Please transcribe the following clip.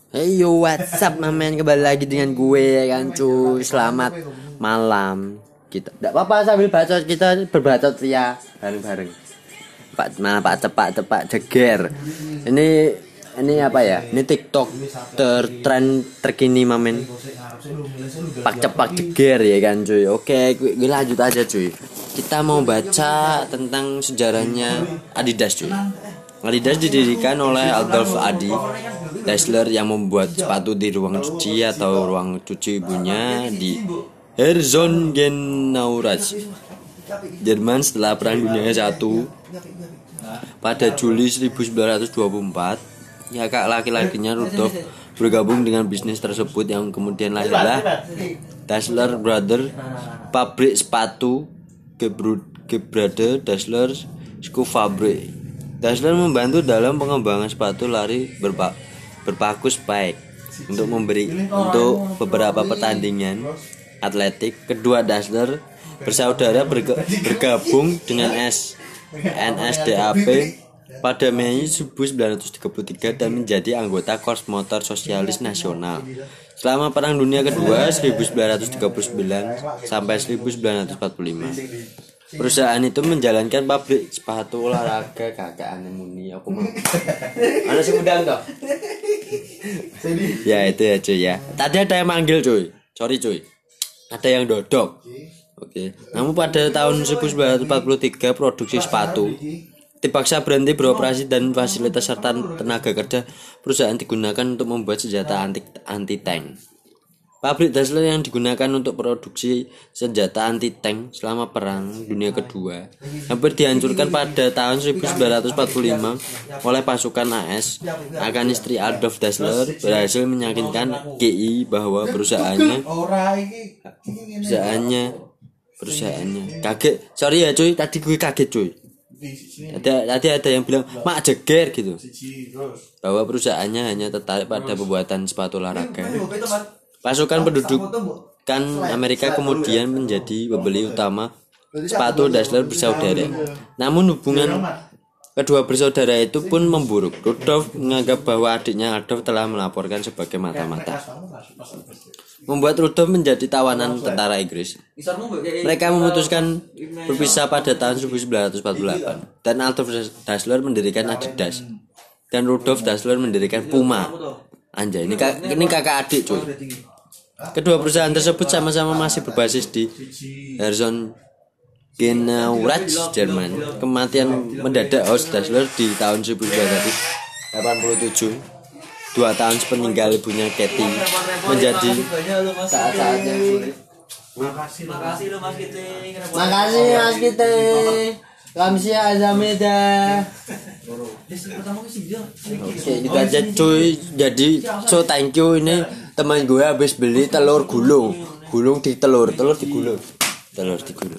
Hey yo, what's up mamen, kembali lagi dengan gue ya kan cuy. Selamat malam. Kita enggak apa-apa sambil bacot, kita berbacot ya bareng-bareng. Pak cepak jeger. Ini apa ya? Ini TikTok tren terkini mamen. Pak cepak jeger ya kan cuy. Oke, gue lanjut aja cuy. Kita mau baca tentang sejarahnya Adidas cuy. Adidas didirikan oleh Adolf Adi Dassler yang membuat sepatu di ruang cuci atau ruang cuci ibunya di Herzogenaurach, Jerman setelah Perang Dunia I. Pada Juli 1924, kakak laki-lakinya Rudolf bergabung dengan bisnis tersebut yang kemudian lahirlah Dassler Brothers, pabrik sepatu Gebraude Dassler Schuhfabrik. Dassler membantu dalam pengembangan sepatu lari berpaku spike untuk beberapa pertandingan atletik. Kedua Dassler bersaudara bergabung dengan NSDAP pada Mei 1933 dan menjadi anggota Korps Motor Sosialis Nasional. Selama Perang Dunia Kedua 1939 sampai 1945. Perusahaan itu menjalankan pabrik sepatu olahraga. Kakak anemuni aku mau. Ada si udang toh? Ya itu ya cuy ya. Tadi ada yang manggil cuy. Sorry cuy. Ada yang dodok. Oke. Namun pada tahun 1943 produksi sepatu dipaksa berhenti beroperasi dan fasilitas serta tenaga kerja perusahaan digunakan untuk membuat senjata anti-tank. Pabrik Dassler yang digunakan untuk produksi senjata anti-tank selama Perang Dunia Kedua hampir dihancurkan pada tahun 1945 oleh pasukan AS. Akan istri Adolf Dassler berhasil meyakinkan GI bahwa perusahaannya kaget. Sorry ya cuy, tadi gue kaget cuy. Tadi ada yang bilang mak jeger gitu, bahwa perusahaannya hanya tertarik pada pembuatan sepatu olahraga. Pasukan pendudukan Amerika kemudian menjadi pembeli utama sepatu Dassler bersaudara. Namun hubungan kedua bersaudara itu pun memburuk. Rudolf menganggap bahwa adiknya Adolf telah melaporkan sebagai mata-mata, membuat Rudolf menjadi tawanan tentara Inggris. Mereka memutuskan berpisah pada tahun 1948 dan Adolf Dassler mendirikan Adidas dan Rudolf Dassler mendirikan Puma. Anjay, ini kakak adik cuy. Kedua perusahaan tersebut sama-sama masih berbasis di Herzogenaurach, Jerman. Kematian mendadak Horst Dassler di tahun 1987, 2 tahun sepeninggal ibunya Katie, menjadi saat-saat yang sulit. Makasih Mas Kite. Kamsia Azameda. Oke, gitu aja cuy. Jadi thank you. Ini teman gue habis beli telur gulung digulung.